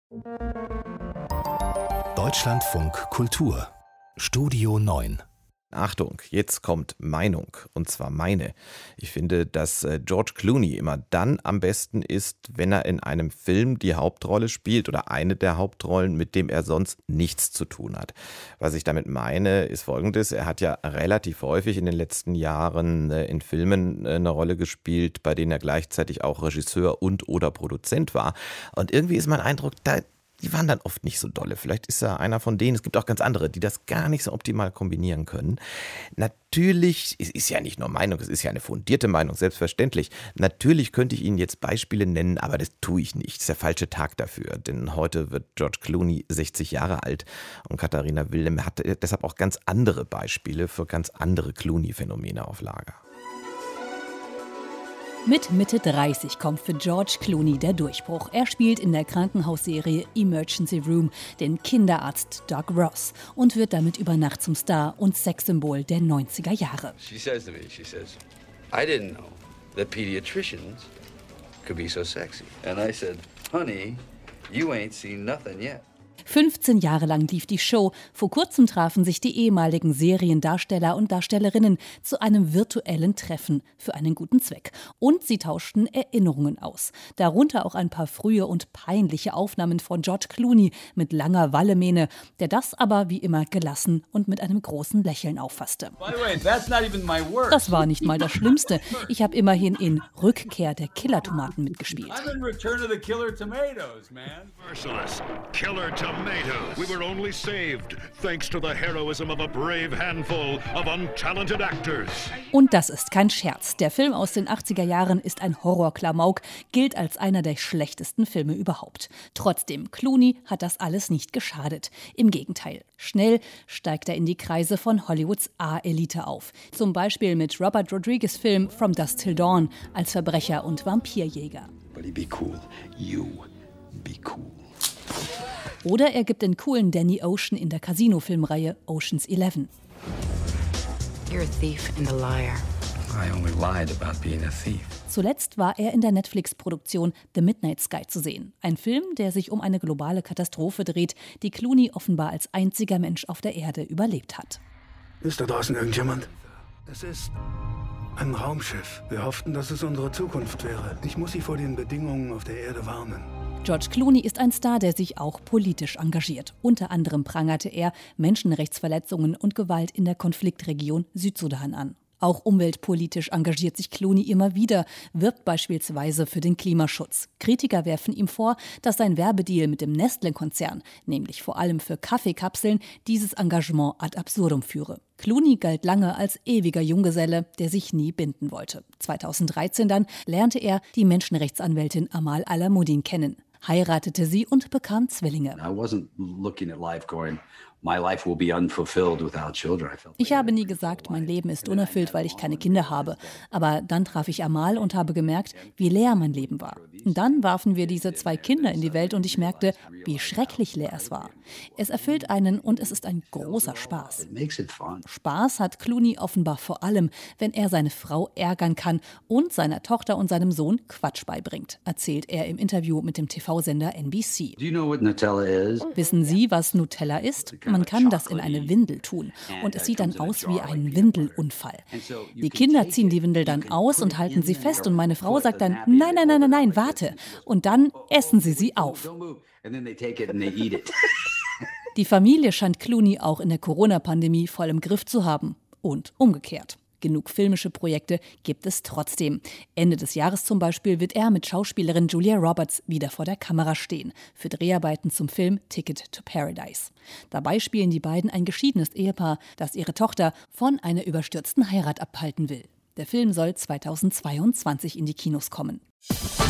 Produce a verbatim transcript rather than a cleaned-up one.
Deutschlandfunk Kultur Studio neun. Achtung, jetzt kommt Meinung, und zwar meine. Ich finde, dass äh, George Clooney immer dann am besten ist, wenn er in einem Film die Hauptrolle spielt oder eine der Hauptrollen, mit dem er sonst nichts zu tun hat. Was ich damit meine, ist Folgendes. Er hat ja relativ häufig in den letzten Jahren äh, in Filmen äh, eine Rolle gespielt, bei denen er gleichzeitig auch Regisseur und oder Produzent war. Und irgendwie ist mein Eindruck, da die waren dann oft nicht so dolle. Vielleicht ist er einer von denen. Es gibt auch ganz andere, die das gar nicht so optimal kombinieren können. Natürlich, es ist ja nicht nur Meinung, es ist ja eine fundierte Meinung, selbstverständlich. Natürlich könnte ich Ihnen jetzt Beispiele nennen, aber das tue ich nicht. Das ist der falsche Tag dafür, denn heute wird George Clooney sechzig Jahre alt und Katharina Wilhelm hat deshalb auch ganz andere Beispiele für ganz andere Clooney-Phänomene auf Lager. Mit Mitte dreißig kommt für George Clooney der Durchbruch. Er spielt in der Krankenhausserie Emergency Room den Kinderarzt Doc Ross und wird damit über Nacht zum Star und Sexsymbol der neunziger Jahre. She says to me, she says, I didn't know that pediatricians could be so sexy. And I said, honey, you ain't seen nothing yet. fünfzehn Jahre lang lief die Show. Vor kurzem trafen sich die ehemaligen Seriendarsteller und Darstellerinnen zu einem virtuellen Treffen für einen guten Zweck. Und sie tauschten Erinnerungen aus. Darunter auch ein paar frühe und peinliche Aufnahmen von George Clooney mit langer Wallemähne, der das aber wie immer gelassen und mit einem großen Lächeln auffasste. Das war nicht mal das Schlimmste. Ich habe immerhin in Rückkehr der Killer-Tomaten mitgespielt. Tomatoes. We were only saved thanks to the heroism of a brave handful of untalented actors. Und das ist kein Scherz. Der Film aus den achtziger Jahren ist ein Horrorklamauk, gilt als einer der schlechtesten Filme überhaupt. Trotzdem, Clooney hat das alles nicht geschadet. Im Gegenteil. Schnell steigt er in die Kreise von Hollywoods A-Elite auf. Zum Beispiel mit Robert Rodriguez' Film From Dusk Till Dawn als Verbrecher und Vampirjäger. Buddy, be cool. You be cool. Oder er gibt den coolen Danny Ocean in der Casino-Filmreihe Ocean's Eleven. You're a thief and a liar. I only lied about being a thief. Zuletzt war er in der Netflix-Produktion The Midnight Sky zu sehen. Ein Film, der sich um eine globale Katastrophe dreht, die Clooney offenbar als einziger Mensch auf der Erde überlebt hat. Ist da draußen irgendjemand? Es ist ein Raumschiff. Wir hofften, dass es unsere Zukunft wäre. Ich muss Sie vor den Bedingungen auf der Erde warnen. George Clooney ist ein Star, der sich auch politisch engagiert. Unter anderem prangerte er Menschenrechtsverletzungen und Gewalt in der Konfliktregion Südsudan an. Auch umweltpolitisch engagiert sich Clooney immer wieder, wirbt beispielsweise für den Klimaschutz. Kritiker werfen ihm vor, dass sein Werbedeal mit dem Nestle-Konzern, nämlich vor allem für Kaffeekapseln, dieses Engagement ad absurdum führe. Clooney galt lange als ewiger Junggeselle, der sich nie binden wollte. zweitausenddreizehn dann lernte er die Menschenrechtsanwältin Amal Alamuddin kennen, heiratete sie und bekam Zwillinge. I wasn't looking at life going, my life will be unfulfilled without children. Ich habe nie gesagt, mein Leben ist unerfüllt, weil ich keine Kinder habe. Aber dann traf ich Amal und habe gemerkt, wie leer mein Leben war. Und dann warfen wir diese zwei Kinder in die Welt und ich merkte, wie schrecklich leer es war. Es erfüllt einen und es ist ein großer Spaß. Spaß hat Clooney offenbar vor allem, wenn er seine Frau ärgern kann und seiner Tochter und seinem Sohn Quatsch beibringt, erzählt er im Interview mit dem T V-Sender N B C. Do you know what Nutella is? Wissen Sie, was Nutella ist? Man kann das in eine Windel tun und es sieht dann aus wie ein Windelunfall. Die Kinder ziehen die Windel dann aus und halten sie fest und meine Frau sagt dann, nein, nein, nein, nein, nein, warte. Und dann essen sie sie auf. Die Familie scheint Clooney auch in der Corona-Pandemie voll im Griff zu haben und umgekehrt. Genug filmische Projekte gibt es trotzdem. Ende des Jahres zum Beispiel wird er mit Schauspielerin Julia Roberts wieder vor der Kamera stehen, für Dreharbeiten zum Film Ticket to Paradise. Dabei spielen die beiden ein geschiedenes Ehepaar, das ihre Tochter von einer überstürzten Heirat abhalten will. Der Film soll zweitausendzweiundzwanzig in die Kinos kommen.